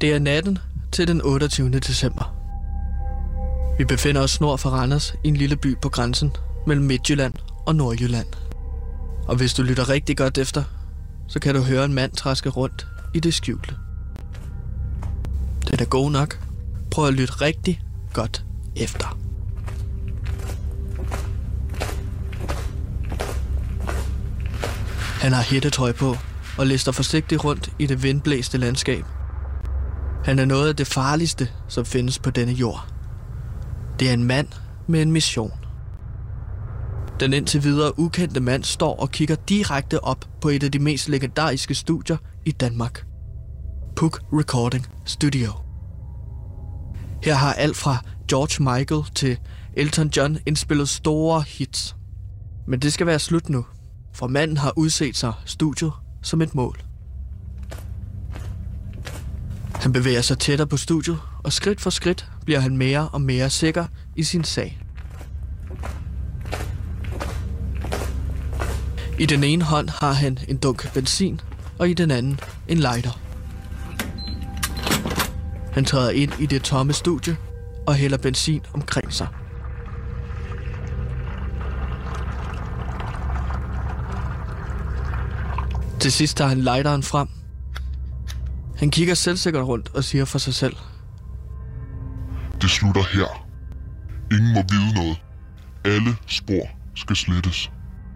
Det er natten til den 28. december. Vi befinder os nord for Randers i en lille by på grænsen mellem Midtjylland og Nordjylland. Og hvis du lytter rigtig godt efter, så kan du høre en mand traske rundt i det skjulte. Det er god nok. Prøv at lytte rigtig godt efter. Han har hættetøj på og lister forsigtigt rundt i det vindblæste landskab. Han er noget af det farligste, som findes på denne jord. Det er en mand med en mission. Den indtil videre ukendte mand står og kigger direkte op på et af de mest legendariske studier i Danmark. Puk Recording Studio. Her har alt fra George Michael til Elton John indspillet store hits. Men det skal være slut nu, for manden har udset sig studiet som et mål. Han bevæger sig tættere på studiet, og skridt for skridt bliver han mere og mere sikker i sin sag. I den ene hånd har han en dunk benzin, og i den anden en lighter. Han træder ind i det tomme studie og hælder benzin omkring sig. Til sidst tager han lighteren frem. Han kigger selvsikkert rundt og siger for sig selv: Det slutter her. Ingen må vide noget. Alle spor skal slettes.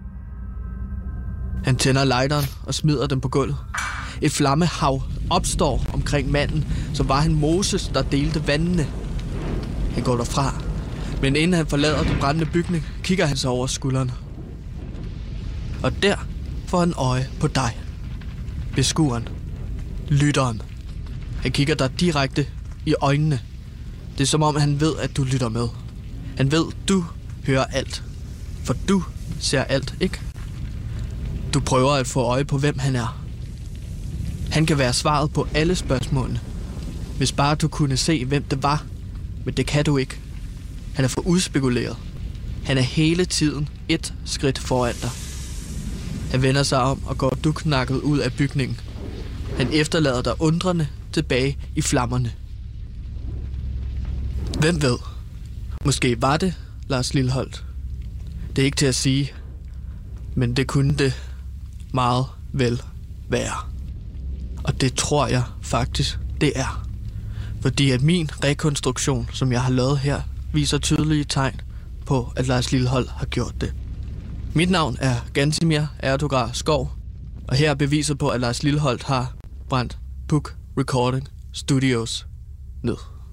Han tænder lighteren og smider den på gulvet. Et flammehav opstår omkring manden, som var han Moses, der delte vandene. Han går derfra, men inden han forlader den brændende bygning, kigger han sig over skulderen. Og der får han øje på dig. Beskueren. Lytteren. Han kigger dig direkte i øjnene. Det er som om han ved, at du lytter med. Han ved, du hører alt. For du ser alt, ikke? Du prøver at få øje på, hvem han er. Han kan være svaret på alle spørgsmålene. Hvis bare du kunne se, hvem det var. Men det kan du ikke. Han er for udspekuleret. Han er hele tiden et skridt foran dig. Han vender sig om og går duknakket ud af bygningen. Han efterlader dig undrende tilbage i flammerne. Hvem ved? Måske var det Lars Lilholt. Det er ikke til at sige, men det kunne det meget vel være. Og det tror jeg faktisk, det er. Fordi at min rekonstruktion, som jeg har lavet her, viser tydelige tegn på, at Lars Lilholt har gjort det. Mit navn er Gansimir Erdogar Skov, og her er beviset på, at Lars Lilholt har brændt Puk Recording Studios ned.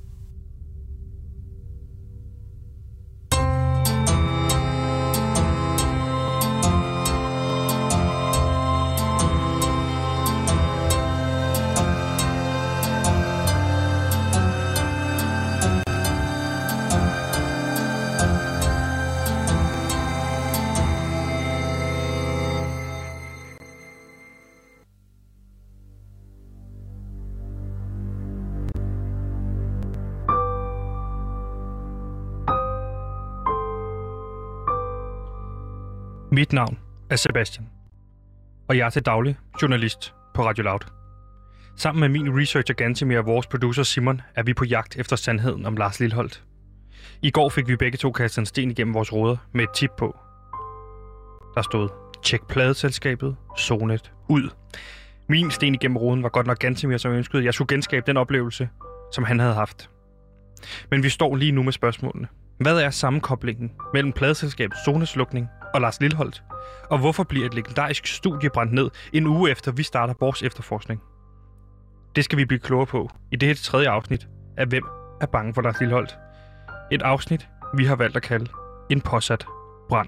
Mit navn er Sebastian, og jeg er til daglig journalist på Radio Loud. Sammen med min researcher Gansimir og vores producer Simon er vi på jagt efter sandheden om Lars Lilholt. I går fik vi begge to kastet en sten igennem vores ruder med et tip på. Der stod: tjek pladeselskabet, Sonet ud. Min sten igennem ruden var godt nok Gansimir, som ønskede, at jeg skulle genskabe den oplevelse, som han havde haft. Men vi står lige nu med spørgsmålene. Hvad er sammenkoblingen mellem pladeselskabet Sonets lukning og Lars Lilholt? Og hvorfor bliver et legendarisk studie brændt ned en uge efter, vi starter vores efterforskning? Det skal vi blive klogere på i det her 3. afsnit af Hvem er bange for Lars Lilholt? Et afsnit, vi har valgt at kalde En påsat brand.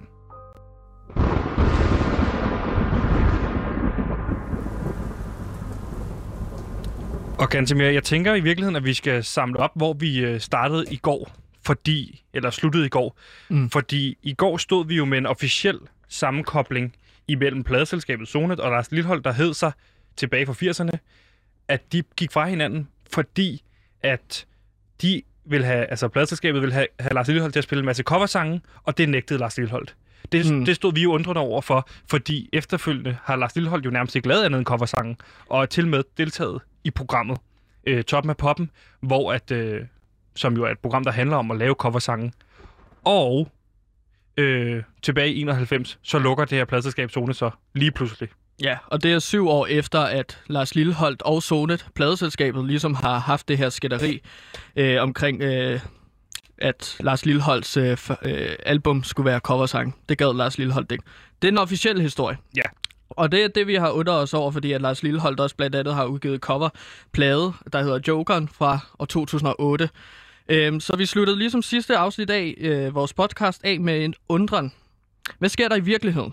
Og Gansimir, jeg tænker i virkeligheden, at vi skal samle op, hvor vi startede i går. Sluttede i går. Fordi i går stod vi jo med en officiel sammenkobling imellem pladeselskabet Sonet og Lars Lilholt, der hed sig tilbage fra 80'erne, at de gik fra hinanden, fordi at de ville have, altså pladeselskabet ville have Lars Lilholt til at spille en masse coversange, og det nægtede Lars Lilholt. Det stod vi jo undrende over for, fordi efterfølgende har Lars Lilholt jo nærmest ikke lavet andet end coversange, og er til med deltaget i programmet Toppen af Poppen, hvor som jo er et program, der handler om at lave coversange. Og tilbage i 91, så lukker det her pladeselskab Sonet så lige pludselig. Ja, og det er 7 år efter, at Lars Lilholt og Sonet, pladeselskabet, ligesom har haft det her skænderi omkring, at Lars Lilholts album skulle være coversang. Det gad Lars Lilholt ikke. Det er en officiel historie. Ja. Og det er det, vi har undret os over, fordi at Lars Lilholt også blandt andet har udgivet coverplade, der hedder Jokeren fra år 2008. Så vi sluttede ligesom sidste afsnit af vores podcast af med en undren. Hvad sker der i virkeligheden?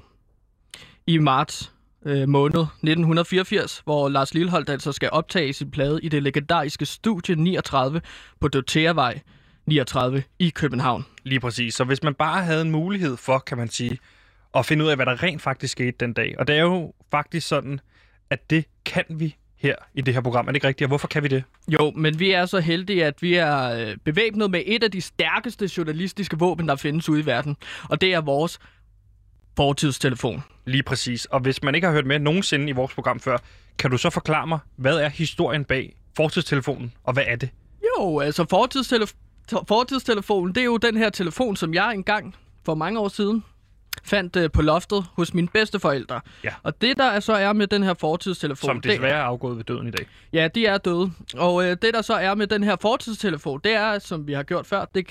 I marts måned 1984, hvor Lars Lilholt altså skal optage sin plade i det legendariske studie 39 på Dortheavej 39 i København. Lige præcis. Så hvis man bare havde en mulighed for, kan man sige, at finde ud af, hvad der rent faktisk skete den dag. Og det er jo faktisk sådan, at det kan vi her i det her program. Er det ikke rigtigt? Og hvorfor kan vi det? Jo, men vi er så heldige, at vi er bevæbnet med et af de stærkeste journalistiske våben, der findes ude i verden. Og det er vores fortidstelefon. Lige præcis. Og hvis man ikke har hørt med nogensinde i vores program før, kan du så forklare mig, hvad er historien bag fortidstelefonen, og hvad er det? Jo, altså fortidstelefonen, det er jo den her telefon, som jeg engang for mange år siden fandt på loftet hos mine bedsteforældre. Ja. Og det, der så er med den her fortidstelefon... Som desværre er afgået ved døden i dag. Ja, de er døde. Og det, der så er med den her fortidstelefon, det er, som vi har gjort før, den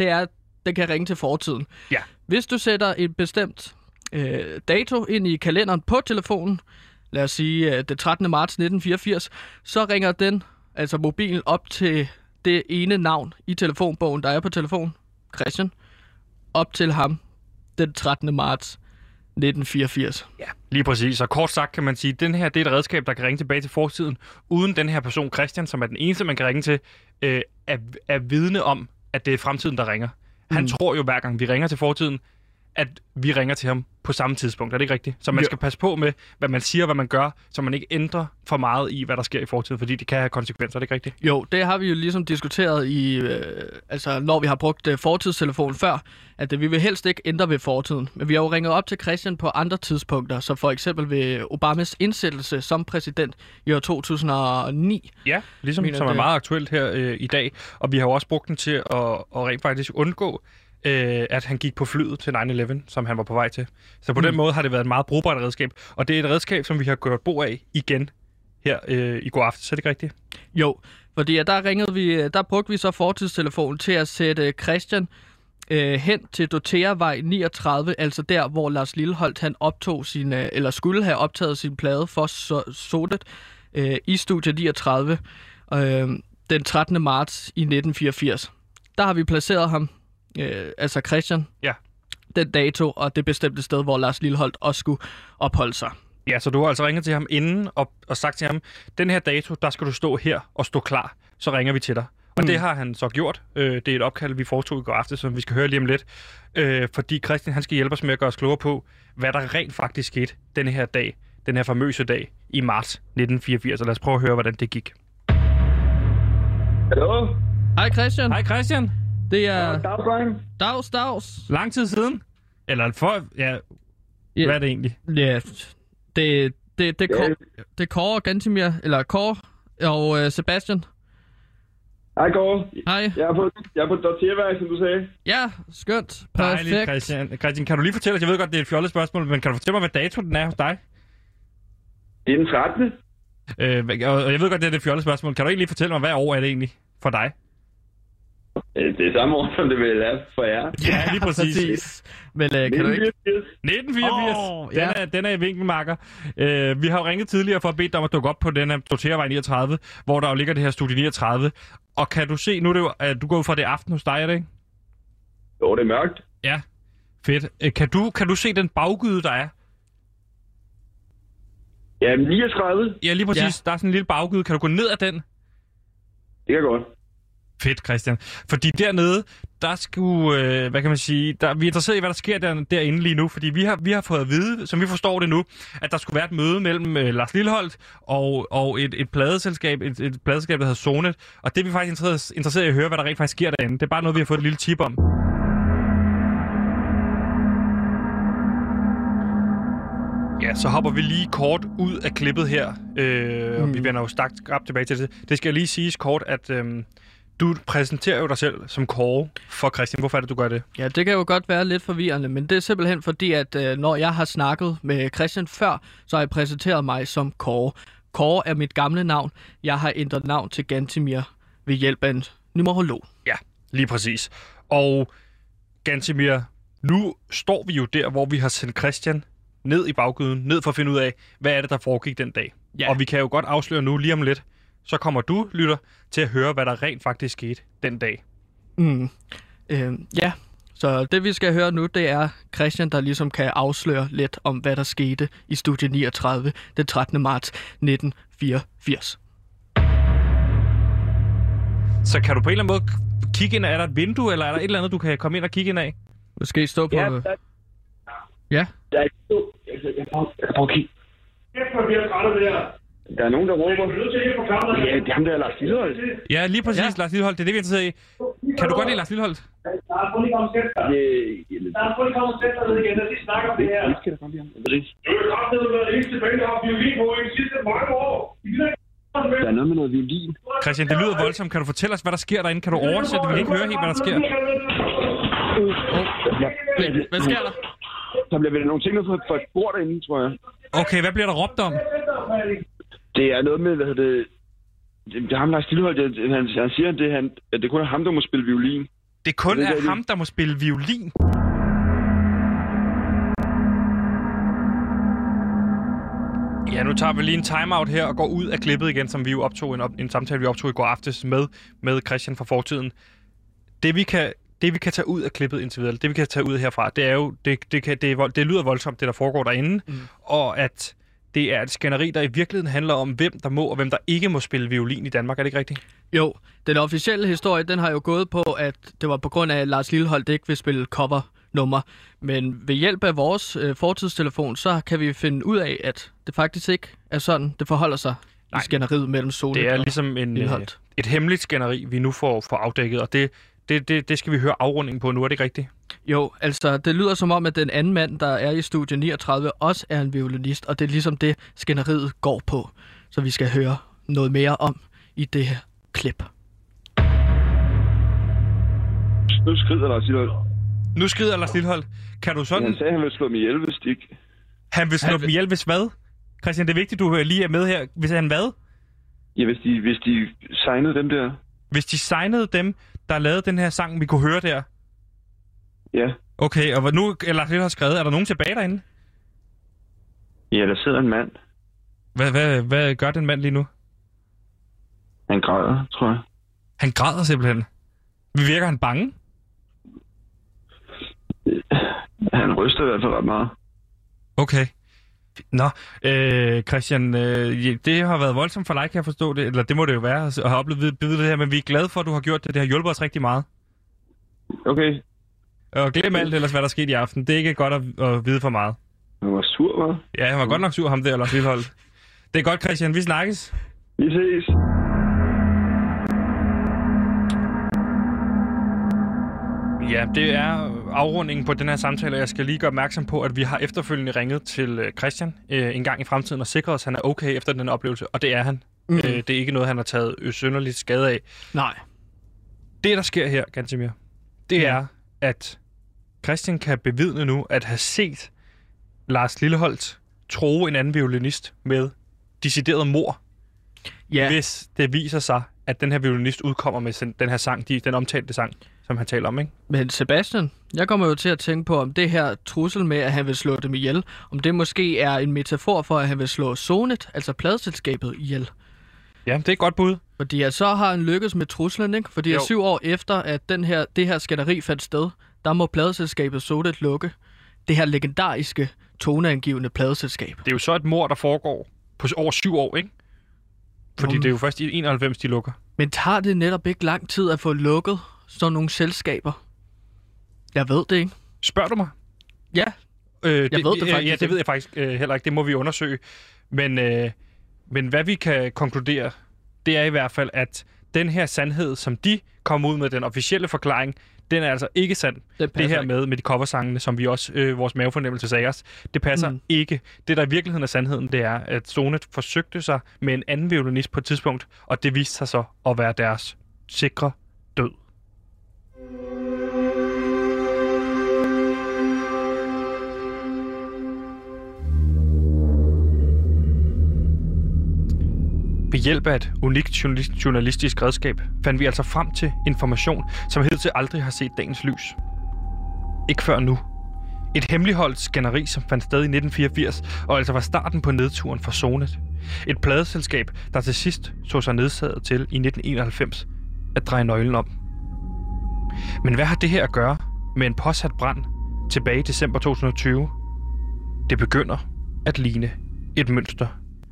kan ringe til fortiden. Ja. Hvis du sætter en bestemt dato ind i kalenderen på telefonen, lad os sige det 13. marts 1984, så ringer den, altså mobilen, op til det ene navn i telefonbogen, der er på telefonen, Christian, op til ham den 13. marts 1984. Ja, lige præcis. Og kort sagt kan man sige, at den her, det er et redskab, der kan ringe tilbage til fortiden, uden den her person, Christian, som er den eneste, man kan ringe til, er vidne om, at det er fremtiden, der ringer. Han tror jo, hver gang vi ringer til fortiden, at vi ringer til ham på samme tidspunkt. Er det ikke rigtigt? Så man skal passe på med, hvad man siger, hvad man gør, så man ikke ændrer for meget i, hvad der sker i fortiden, fordi det kan have konsekvenser. Er det ikke rigtigt? Jo, det har vi jo ligesom diskuteret i, altså når vi har brugt fortidstelefonen før, at vi vil helst ikke ændre ved fortiden. Men vi har jo ringet op til Christian på andre tidspunkter, så for eksempel ved Obamas indsættelse som præsident i år 2009. Ja, ligesom som er meget aktuelt her i dag. Og vi har jo også brugt den til at rent faktisk undgå, at han gik på flyet til 9/11, som han var på vej til. Så på den måde har det været et meget brugbart redskab. Og det er et redskab, som vi har gjort brug af igen her i går aften. Så er det ikke rigtigt? Jo, fordi der brugte vi så fortidstelefonen til at sætte Christian hen til Dortheavej 39, altså der, hvor Lars Lilholt han skulle have optaget sin plade for Sonet i studie 39 den 13. marts i 1984. Der har vi placeret ham, altså Christian, den dato og det bestemte sted, hvor Lars Lilholt også skulle opholde sig. Ja, så du har altså ringet til ham inden og sagt til ham, den her dato, der skal du stå her og stå klar, så ringer vi til dig. Og det har han så gjort. Det er et opkald, vi foretog i går aftes, som vi skal høre lige om lidt. Fordi Christian, han skal hjælpe os med at gøre os klogere på, hvad der rent faktisk skete denne her dag, den her famøse dag i marts 1984. Og lad os prøve at høre, hvordan det gik. Hallo? Hej Christian. Hej Christian. Det er... Dags. Lang tid siden? Eller hvad er det egentlig? Ja, det er Kåre Gantimir, eller Kåre og Sebastian. Hej Kåre. Hej. Jeg er på Dortheavej, som du sagde. Ja, skønt. Dejligt, Perfekt. Christian, kan du lige fortælle os, jeg ved godt, det er et fjollet spørgsmål, men kan du fortælle mig, hvad dato den er hos dig? Det er den 13. Og jeg ved godt, det er et fjollet spørgsmål. Kan du ikke lige fortælle mig, hvad år er det egentlig for dig? Det er samme år, som det vil være for jer. Ja, lige præcis. Men kan du ikke... 1984. Den er i vinkelmarker. Vi har jo ringet tidligere for at bede dig om at dukke op på den her Dortheavej 39, hvor der jo ligger det her studie 39. Og kan du se, nu er det jo, at du går ud fra det aften hos dig, er det ikke? Jo, det er mørkt. Ja, fedt. Kan du se den baggyde, der er? Ja, 39. Ja, lige præcis. Ja. Der er sådan en lille baggyde. Kan du gå ned ad den? Det kan godt. Fedt, Christian. Fordi dernede, der skulle, hvad kan man sige, vi er interesseret i, hvad der sker derinde lige nu, fordi vi har fået at vide, som vi forstår det nu, at der skulle være et møde mellem Lars Lilholt og et pladeselskab, et pladeselskab, der hedder Sonet, og det er vi faktisk interesseret i at høre, hvad der rent faktisk sker derinde. Det er bare noget, vi har fået et lille tip om. Ja, så hopper vi lige kort ud af klippet her. Vi vender jo stærkt tilbage til det. Det skal lige siges kort, at du præsenterer jo dig selv som Kåre for Christian. Hvorfor er det, du gør det? Ja, det kan jo godt være lidt forvirrende, men det er simpelthen fordi, at når jeg har snakket med Christian før, så har jeg præsenteret mig som Kåre. Kåre er mit gamle navn. Jeg har ændret navn til Gantemir ved hjælp af en numerolog. Ja, lige præcis. Og Gantemir, nu står vi jo der, hvor vi har sendt Christian ned i baggyden, ned for at finde ud af, hvad er det, der foregik den dag. Ja. Og vi kan jo godt afsløre nu lige om lidt, så kommer du, lytter, til at høre, hvad der rent faktisk skete den dag. Ja, så det vi skal høre nu, det er Christian, der ligesom kan afsløre lidt om, hvad der skete i Studie 39 den 13. marts 1984. Så kan du på en eller anden måde kigge ind? Er der et vindue, eller er der et eller andet, du kan komme ind og kigge ind af? Måske stå på... Ja. Ja? Jeg prøver at kigge. Der er nogen, der råber. Ja, det er ham, der er Lars Lilleholdt. Ja, lige præcis, ja. Lars Lilleholdt. Det er det, vi er interesseret i. Kan du godt lide Lars Lilleholdt? Prøv lige komme og sætte dig ned igen, og lige snakke om det her. Det skal da godt lide ham. Du er kraftigt været det eneste band, der har violin på i de sidste mange år. Der er noget med noget violin. Christian, det lyder voldsomt. Kan du fortælle os, hvad der sker derinde? Kan du oversætte? Vi kan ikke høre helt, hvad der sker. Hvad sker der? Der bliver nogle ting for et bord derinde, tror jeg. Okay, hvad bliver der råbt om? Det er noget med, hvad hedder det... Det er ham, Lars Lilleholdt. Han siger, at det kun er ham, der må spille violin. Det kun er ham, der må spille violin? Ja, nu tager vi lige en timeout her og går ud af klippet igen, som vi jo optog en samtale, vi optog i går aftes med Christian fra fortiden. Det vi kan tage ud af klippet indtil videre, det vi kan tage ud herfra, det er jo, det lyder voldsomt, det der foregår derinde, og at det er et skænderi, der i virkeligheden handler om, hvem der må og hvem der ikke må spille violin i Danmark. Er det ikke rigtigt? Jo, den officielle historie, den har jo gået på, at det var på grund af, at Lars Lilleholdt ikke vil spille covernummer. Men ved hjælp af vores fortidstelefon, så kan vi finde ud af, at det faktisk ikke er sådan, det forholder sig i skænderiet mellem Solet og det er ligesom et hemmeligt skænderi, vi nu får afdækket, og det skal vi høre afrundingen på nu, er det ikke rigtigt? Jo, altså det lyder som om, at den anden mand, der er i Studie 39, også er en violinist, og det er ligesom det, skænderiet går på. Så vi skal høre noget mere om i det her klip. Nu skrider Lars Lilleholdt. Nu skrider Lars Lilleholdt. Kan du sådan... Han sagde, at han ville slå mig ihjel, hvis det ikke... Han vil slå dem ihjel, hvis hvad? Christian, det er vigtigt, du lige er med her. Hvis han hvad? Ja, hvis de signede dem der. Hvis de signede dem, der lavede den her sang, vi kunne høre der? Ja. Okay, og nu er Lars Lilleholdt skrevet. Er der nogen tilbage derinde? Ja, der sidder en mand. Hvad gør den mand lige nu? Han græder, tror jeg. Han græder simpelthen? Virker han bange? Han ryster i hvert fald ret meget. Okay. Nå, Christian, det har været voldsomt for dig, kan jeg forstå det, eller det må det jo være, at have oplevet det her, men vi er glade for, at du har gjort det. Det har hjulpet os rigtig meget. Okay. Og glem alt ellers, hvad der skete i aften. Det er ikke godt at vide for meget. Han var sur, hva'? Ja, han var godt nok sur, ham der, Lars Lilleholdt. Det er godt, Christian. Vi snakkes. Vi ses. Ja, det er afrundingen på den her samtale, og jeg skal lige gøre opmærksom på, at vi har efterfølgende ringet til Christian en gang i fremtiden og sikret os, at han er okay efter den oplevelse, og det er han. Det er ikke noget, han har taget synderligt skade af. Nej. Det, der sker her, Gantemir, det er, at Christian kan bevidne nu at have set Lars Lilleholdt true en anden violinist med decideret mord, hvis det viser sig, at den her violinist udkommer med den her sang, den omtalte sang, som han taler om, ikke? Men Sebastian, jeg kommer jo til at tænke på, om det her trussel med, at han vil slå dem ihjel, om det måske er en metafor for, at han vil slå Sonet, altså pladeselskabet, ihjel. Ja, det er et godt bud. Fordi at så har han lykkes med truslen, ikke? Fordi 7 år efter, at det her skænderi fandt sted, der må pladeselskabet Sonet lukke. Det her legendariske, toneangivende pladeselskab. Det er jo så et mord, der foregår på over 7 år, ikke? Fordi det er jo først i 91, de lukker. Men tager det netop ikke lang tid at få lukket sådan nogle selskaber? Jeg ved det ikke. Spørger du mig? Ja, jeg ved det faktisk. Ja, det ved jeg faktisk heller ikke. Det må vi undersøge. Men hvad vi kan konkludere, det er i hvert fald, at den her sandhed, som de komme ud med den officielle forklaring. Den er altså ikke sand. Det her med de coversangene, som vi også, vores mavefornemmelse sagde os, det passer ikke. Det, der i virkeligheden er sandheden, det er, at Sonet forsøgte sig med en anden violinist på et tidspunkt, og det viste sig så at være deres sikre død. Ved hjælp af et unikt journalistisk redskab fandt vi altså frem til information, som hidtil aldrig har set dagens lys. Ikke før nu. Et hemmeligholdt skænderi, som fandt sted i 1984, og altså var starten på nedturen for Sonet. Et pladeselskab, der til sidst så sig nedsaget til i 1991 at dreje nøglen om. Men hvad har det her at gøre med en påsat brand tilbage i december 2020? Det begynder at ligne et mønster.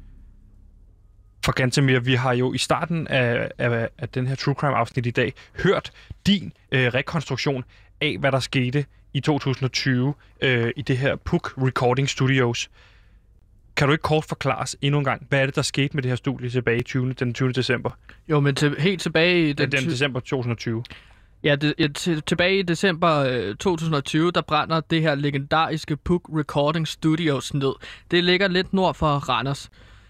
For Gantemir, vi har jo i starten af den her True Crime-afsnit i dag hørt din rekonstruktion af, hvad der skete i 2020 i det her Puk Recording Studios. Kan du ikke kort forklare os endnu en gang, hvad er det, der skete med det her studie tilbage den 20. december? Jo, men helt tilbage i... Den december 2020. Ja, tilbage i december 2020, der brænder det her legendariske Puk Recording Studios ned. Det ligger lidt nord for Randers.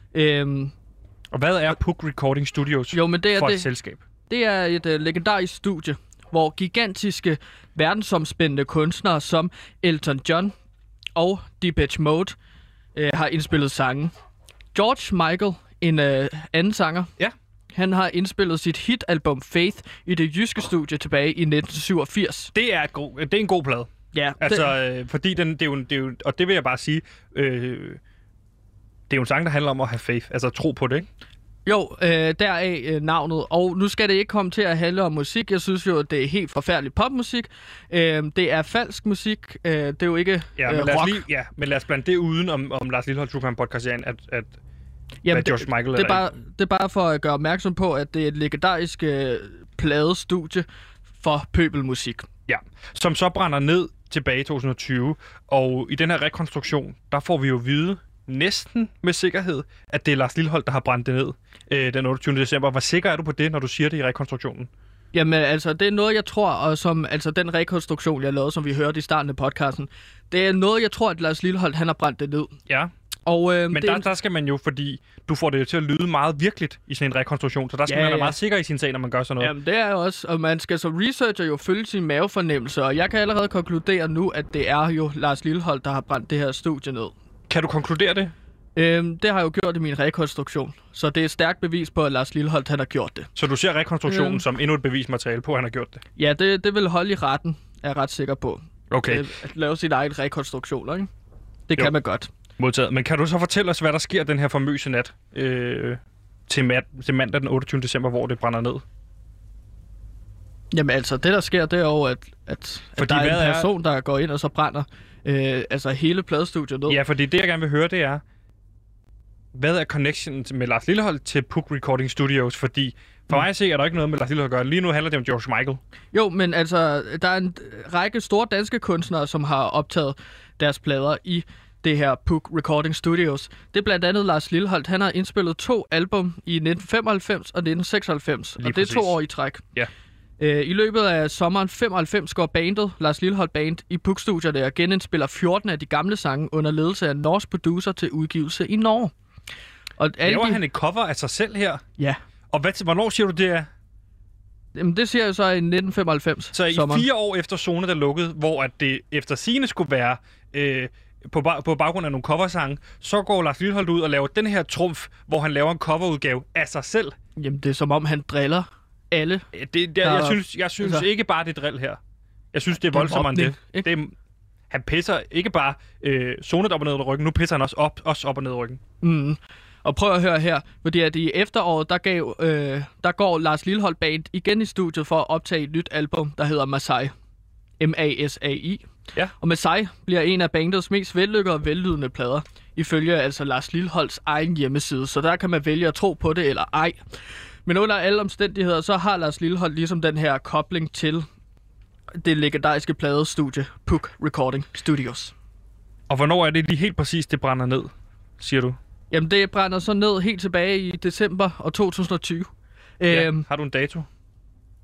Og hvad er Puk Recording Studios for et selskab? Det er et legendarisk studie, hvor gigantiske, verdensomspændende kunstnere som Elton John og Depeche Mode har indspillet sange. George Michael, en anden sanger, han har indspillet sit hitalbum Faith i det jyske studie tilbage i 1987. Det er en god plade. Ja. Altså, fordi det er jo, og det vil jeg bare sige... Det er jo en sang, der handler om at have faith, altså tro på det, ikke? Jo, deraf navnet. Og nu skal det ikke komme til at handle om musik. Jeg synes jo, at det er helt forfærdelig popmusik. Det er falsk musik. Det er jo ikke rock. Men lad os blande det uden om Lars Lilholt True Crime podcast, at George Michael det er bare for at gøre opmærksom på, at det er et legendarisk pladestudie for pøbelmusik. Ja, som så brænder ned tilbage i 2020. Og i den her rekonstruktion, der får vi jo vide, næsten med sikkerhed, at det er Lars Lilholt, der har brændt det ned den 28. december. Hvor sikker er du på det, når du siger det i rekonstruktionen? Jamen altså, det er noget, jeg tror, og som altså den rekonstruktion, jeg lavede, som vi hørte i starten af podcasten, det er noget, jeg tror, at Lars Lilholt, han har brændt det ned. Ja. Men der skal man jo, fordi du får det til at lyde meget virkeligt i sådan en rekonstruktion, så der skal man være meget sikker i sin sag, når man gør sådan noget. Jamen det er jo også, og man skal som researcher jo følge sin mavefornemmelse, og jeg kan allerede konkludere nu, at det er jo Lars Lilholt, der har brændt det her studie ned. Kan du konkludere det? Det har jeg jo gjort i min rekonstruktion, så det er et stærkt bevis på, at Lars Lilholt, han har gjort det. Så du ser rekonstruktionen som endnu et bevismateriale på, at han har gjort det? Ja, det vil holde i retten, er jeg ret sikker på. Okay. At lave sin egen rekonstruktion, ikke? Det kan man godt. Modtaget. Men kan du så fortælle os, hvad der sker den her famøse nat til mandag den 28. december, hvor det brænder ned? Jamen altså, det der sker, det er jo, at der er en person, der går ind og så brænder altså hele pladestudiet ned. Ja, fordi det, jeg gerne vil høre, det er, hvad er connectionen med Lars Lilholt til Puk Recording Studios? Fordi for mig at se, er der ikke noget med Lars Lilholt at gøre. Lige nu handler det om George Michael. Jo, men altså, der er en række store danske kunstnere, som har optaget deres plader i det her Puk Recording Studios. Det er blandt andet Lars Lilholt. Han har indspillet 2 album i 1995 og 1996. Lige og det er 2 år i træk. Ja. I løbet af sommeren 95 går bandet, Lars Lilholt Band, i Puk-studierne og genindspiller 14 af de gamle sange under ledelse af en norsk producer til udgivelse i Norge. Og laver han et cover af sig selv her? Ja. Og hvornår siger du det er? Jamen det siger jeg så i 1995. Så i sommeren. 4 år efter Sonet er lukket, hvor at det efter sigende skulle være på baggrund af nogle coversange, så går Lars Lilholt ud og laver den her trumf, hvor han laver en coverudgave af sig selv. Jamen det er som om han driller alle. Jeg synes altså, ikke bare det drill her. Jeg synes det er voldsommere end det. Han pisser ikke bare Sonet op og ned i ryggen, nu pisser han også op og ned i ryggen. Og prøv at høre her, fordi at i efteråret, der går Lars Lilholt Band igen i studiet for at optage et nyt album, der hedder Masai. M-A-S-A-I. Ja. Og Masai bliver en af bandets mest vellykkede og vellydende plader, ifølge altså Lars Lilholts egen hjemmeside, så der kan man vælge at tro på det eller ej. Men under alle omstændigheder, så har Lars Lilholt ligesom den her kobling til det legendariske pladestudie Puk Recording Studios. Og hvornår er det lige helt præcis, det brænder ned, siger du? Jamen, det brænder så ned helt tilbage i december 2020. Ja, har du en dato?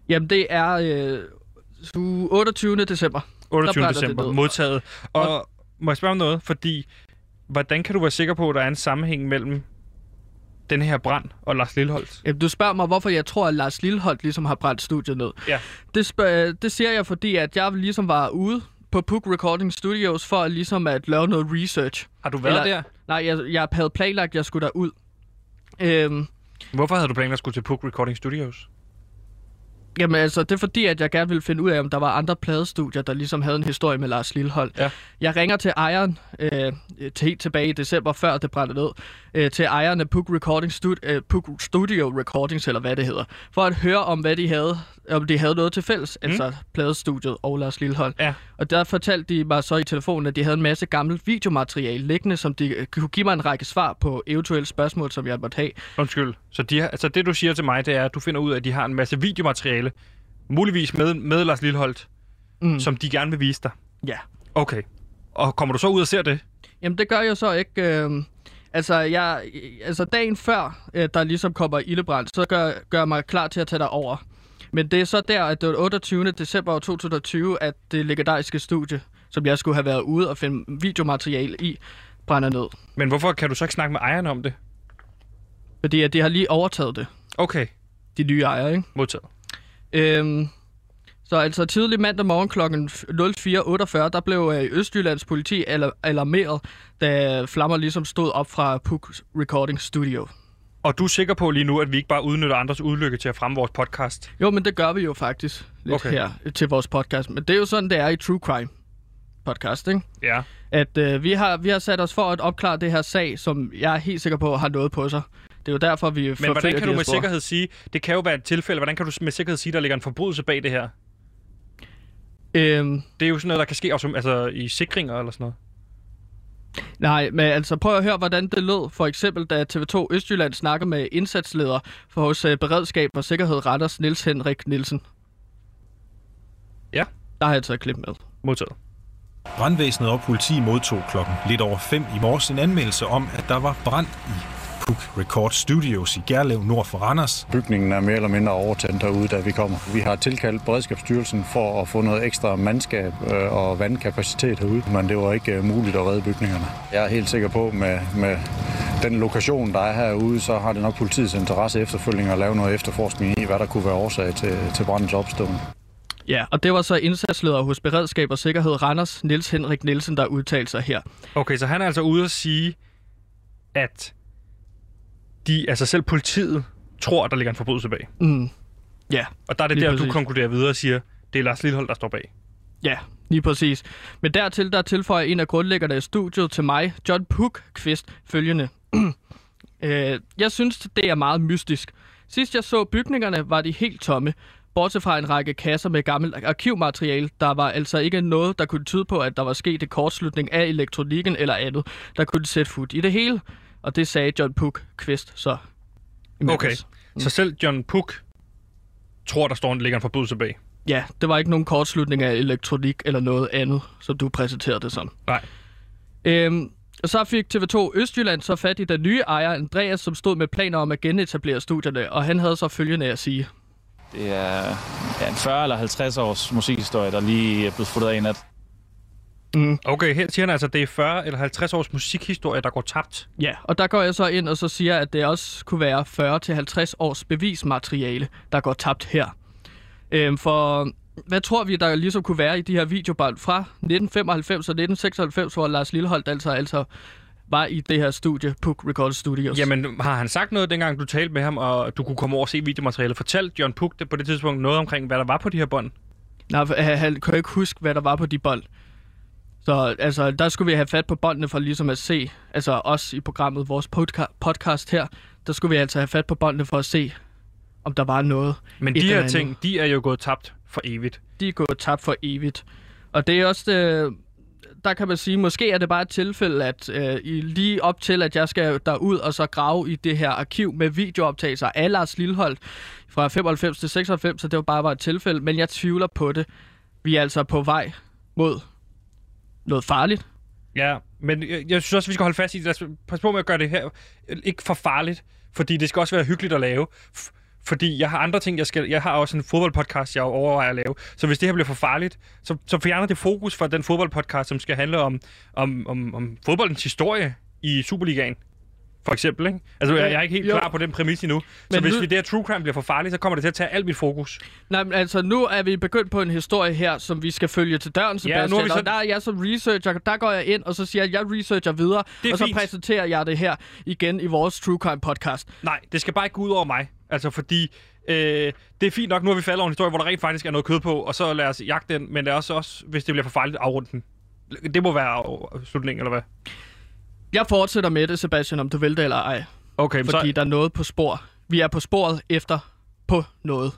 Jamen, det er 28. december. 28. december, modtaget. Og må jeg spørge om noget? Fordi, hvordan kan du være sikker på, at der er en sammenhæng mellem den her brand og Lars Lilholt? Jamen, du spørger mig, hvorfor jeg tror, at Lars Lilholt ligesom har brændt studiet ned. Ja. Det siger jeg, fordi at jeg ligesom var ude på Puk Recording Studios for ligesom at lave noget research. Har du været der? Nej, jeg havde planlagt, at jeg skulle derud. Hvorfor havde du planlagt at skulle til Puk Recording Studios? Jamen altså, det er fordi, at jeg gerne ville finde ud af, om der var andre pladestudier, der ligesom havde en historie med Lars Lilholt. Ja. Jeg ringer til ejeren, helt tilbage i december, før det brændte ned, til ejeren af Puk Studio Recordings, eller hvad det hedder, for at høre om, hvad de havde noget til fælles, altså pladestudiet og Lars Lilholt. Ja. Og der fortalte de mig så i telefonen, at de havde en masse gammelt videomateriale liggende, som de kunne give mig en række svar på eventuelle spørgsmål, som jeg måtte have. Undskyld. Så det, du siger til mig, det er, at du finder ud af, at de har en masse videomateriale, muligvis med Lars Lilholt, som de gerne vil vise dig? Ja. Okay. Og kommer du så ud og ser det? Jamen, det gør jeg så ikke. Dagen før, der ligesom kommer ildebrand, så gør jeg mig klar til at tage dig over. Men det er så der, at det var 28. december 2020, at det legendariske studie, som jeg skulle have været ude og finde videomateriale i, brænder ned. Men hvorfor kan du så ikke snakke med ejerne om det? Fordi at de har lige overtaget det. Okay. De nye ejere, ikke? Modtaget. Så altså tidlig mandag morgen kl. 04.48, der blev Østjyllands politi alarmeret, da flammer ligesom stod op fra Puk Recording Studio. Og du er sikker på lige nu, at vi ikke bare udnytter andres ulykke til at fremme vores podcast? Jo, men det gør vi jo faktisk lidt her til vores podcast. Men det er jo sådan, det er i True Crime podcast, ikke? Ja. At vi har sat os for at opklare det her sag, som jeg er helt sikker på har noget på sig. Det er jo derfor, vi... Men hvordan kan du med sikkerhed sige... Det kan jo være et tilfælde. Hvordan kan du med sikkerhed sige, der ligger en forbrydelse bag det her? Det er jo sådan noget, der kan ske altså i sikringer eller sådan noget. Nej, men altså prøv at høre, hvordan det lød. For eksempel, da TV2 Østjylland snakker med indsatsleder for hos Beredskab og Sikkerhed Randers, Niels Henrik Nielsen. Ja. Der har jeg taget et klip med. Modtaget. Brandvæsenet og politi modtog klokken lidt over 5 i morges en anmeldelse om, at der var brand i Puk Record Studios i Gerlev nord for Randers. Bygningen er mere eller mindre overtændt derude, da vi kommer. Vi har tilkaldt Beredskabsstyrelsen for at få noget ekstra mandskab og vandkapacitet herude, men det var ikke muligt at redde bygningerne. Jeg er helt sikker på, med den lokation, der er herude, så har det nok politiets interesse efterfølgende at lave noget efterforskning i, hvad der kunne være årsag til brandens opståen. Ja, og det var så indsatsleder hos Beredskab og Sikkerhed Randers, Niels Henrik Nielsen, der udtalte sig her. Okay, så han er altså ude at sige, at selv politiet tror, at der ligger en forbrydelse bag. Ja. Og der er det der, du konkluderer videre og siger, det er Lars Lilholt, der står bag. Ja, lige præcis. Men der tilføjer en af grundlæggerne af studiet til mig, John Puk-Kvist, følgende. Jeg synes, det er meget mystisk. Sidst jeg så bygningerne, var de helt tomme. Bortset fra en række kasser med gammelt arkivmateriale, der var altså ikke noget, der kunne tyde på, at der var sket en kortslutning af elektronikken eller andet, der kunne sætte fod i det hele. Og det sagde John Puk-Kvist så. Okay, så selv John Puk tror, der ligger en forbrydelse bag? Ja, det var ikke nogen kortslutning af elektronik eller noget andet, som du præsenterede det som. Nej. Og så fik TV2 Østjylland så fat i den nye ejer, Andreas, som stod med planer om at genetablere studierne, og han havde så følgende at sige. Det er en 40 eller 50 års musikhistorie, der lige er blevet fundet af en nat. Okay, her siger han altså, at det er 40 eller 50 års musikhistorie, der går tabt. Ja, og der går jeg så ind og så siger, at det også kunne være 40 til 50 års bevismateriale, der går tabt her. For hvad tror vi, der ligesom kunne være i de her videobånd fra 1995 og 1996, hvor Lars Lilholt altså var i det her studie, Puk Record Studios? Jamen, har han sagt noget, dengang du talte med ham, og du kunne komme over og se videomaterialet? Fortalte John Puk det på det tidspunkt noget omkring, hvad der var på de her bånd? Nej, han kunne ikke huske, hvad der var på de bånd. Så altså, der skulle vi have fat på båndene for ligesom at se, altså os i programmet, vores podcast her, der skulle vi altså have fat på båndene for at se, om der var noget. Men de her ting, de er jo gået tabt for evigt. De er gået tabt for evigt. Og det er også, der kan man sige, måske er det bare et tilfælde, at lige op til, at jeg skal derud og så grave i det her arkiv med videooptagelser af Lars Lilholt fra 95 til 96, så det var bare et tilfælde, men jeg tvivler på det. Vi er altså på vej mod noget farligt. Ja, men jeg synes også, vi skal holde fast i det. Pas på med at gøre det her ikke for farligt, fordi det skal også være hyggeligt at lave. Fordi jeg har andre ting, jeg har også en fodboldpodcast, jeg overvejer at lave. Så hvis det her bliver for farligt, så fjerner det fokus fra den fodboldpodcast, som skal handle om fodboldens historie i Superligaen. For eksempel, ikke? Altså, jeg er ikke helt klar på den præmis endnu. Så hvis det her true crime bliver for farligt, så kommer det til at tage alt mit fokus. Nej, men altså, nu er vi begyndt på en historie her, som vi skal følge til døren, Sebastian. Ja, og der er jeg som researcher, der går jeg ind, og så siger jeg researcher videre, og så præsenterer jeg det her igen i vores true crime podcast. Nej, det skal bare ikke gå ud over mig. Altså, fordi det er fint nok, nu har vi faldet over en historie, hvor der rent faktisk er noget kød på, og så lad os jagte den, men det er også, hvis det bliver for farligt, afrunde den. Det må være slutningen, eller hvad? Jeg fortsætter med det, Sebastian, om du vil det eller ej. Okay, fordi så der er noget på spor. Vi er på sporet efter på noget.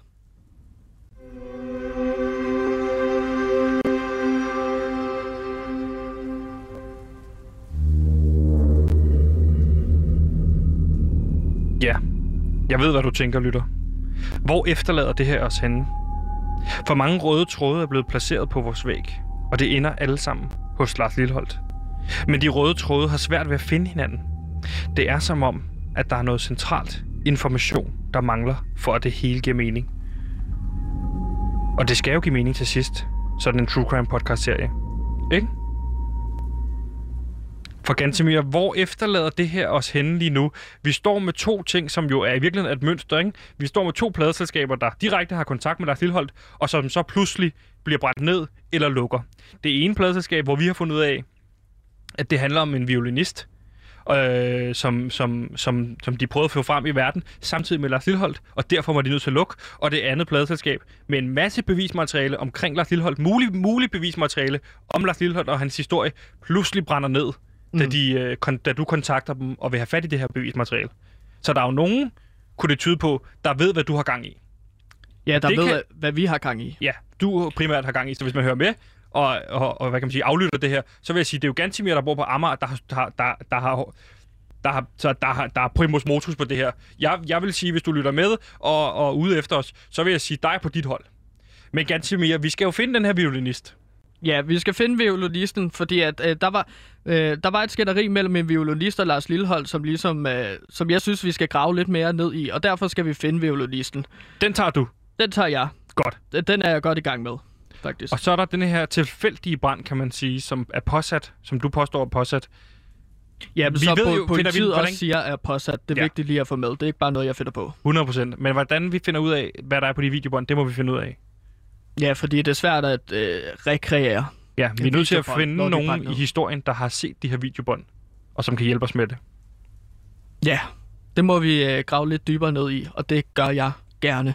Ja, jeg ved, hvad du tænker, lytter. Hvor efterlader det her os henne? For mange røde tråde er blevet placeret på vores væg, og det ender alle sammen hos Lars Lilholt. Men de røde tråde har svært ved at finde hinanden. Det er som om, at der er noget centralt information, der mangler, for at det hele giver mening. Og det skal jo give mening til sidst, sådan en True Crime podcast-serie. Ikke? For Gantemir, hvor efterlader det her os henne lige nu? Vi står med to ting, som jo er i virkeligheden et mønster, ikke? Vi står med to pladeselskaber, der direkte har kontakt med Lars Lilholt, og som så pludselig bliver brændt ned eller lukker. Det ene pladeselskab, hvor vi har fundet ud af, at det handler om en violinist, som de prøvede at få frem i verden, samtidig med Lars Lilholt, og derfor var de nødt til at lukke. Og det andet pladeselskab med en masse bevismateriale omkring Lars Lilholt, mulig bevismateriale om Lars Lilholt og hans historie, pludselig brænder ned, da du kontakter dem og vil have fat i det her bevismateriale. Så der er jo nogen, kunne det tyde på, der ved, hvad du har gang i. Ja, der ved, hvad vi har gang i. Ja, du primært har gang i, så hvis man hører med, og hvad kan man sige, aflytter det her, så vil jeg sige, det er jo Gantemir, der bor på Amager, der har primus motus på det her. Jeg vil sige, hvis du lytter med og ude efter os, så vil jeg sige dig på dit hold. Men Gantemir, vi skal jo finde den her violinist. Ja, vi skal finde violinisten, fordi at der var et skænderi mellem en violinist og Lars Lilholt, som jeg synes, vi skal grave lidt mere ned i, og derfor skal vi finde violinisten. Den tager du? Den tager jeg. Godt. Den er jeg godt i gang med. Faktisk. Og så er der den her tilfældige brand, kan man sige, som er påsat, som du påstår er påsat. Ja, men så politiet også siger, er påsat. Det er vigtigt lige at få med. Det er ikke bare noget, jeg finder på. 100%. Men hvordan vi finder ud af, hvad der er på de videobånd, det må vi finde ud af. Ja, fordi det er svært at rekreere. Ja, vi er nødt til at finde nogen i historien, der har set de her videobånd, og som kan hjælpe os med det. Ja, det må vi grave lidt dybere ned i, og det gør jeg gerne.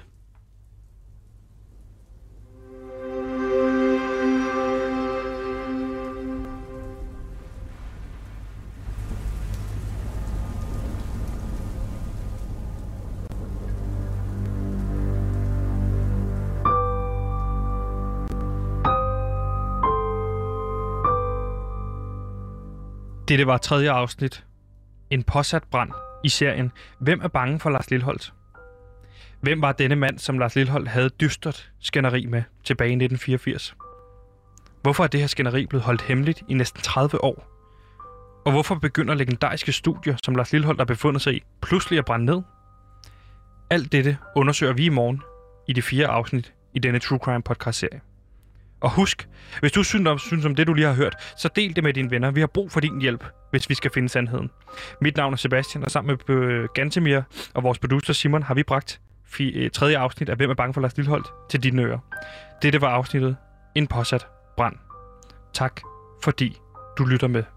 Dette var 3. afsnit. En påsat brand i serien Hvem er bange for Lars Lilholt? Hvem var denne mand, som Lars Lilholt havde dystert skænderi med tilbage i 1984? Hvorfor er det her skænderi blevet holdt hemmeligt i næsten 30 år? Og hvorfor begynder legendariske studier, som Lars Lilholt har befundet sig i, pludselig at brænde ned? Alt dette undersøger vi i morgen i de 4 afsnit i denne True Crime podcast-serie. Og husk, hvis du synes om det, du lige har hørt, så del det med dine venner. Vi har brug for din hjælp, hvis vi skal finde sandheden. Mit navn er Sebastian, og sammen med Gantemir og vores producer Simon har vi bragt 3. afsnit af Hvem er bange for Lars Lilholt til dine ører. Dette var afsnittet En påsat brand. Tak, fordi du lytter med.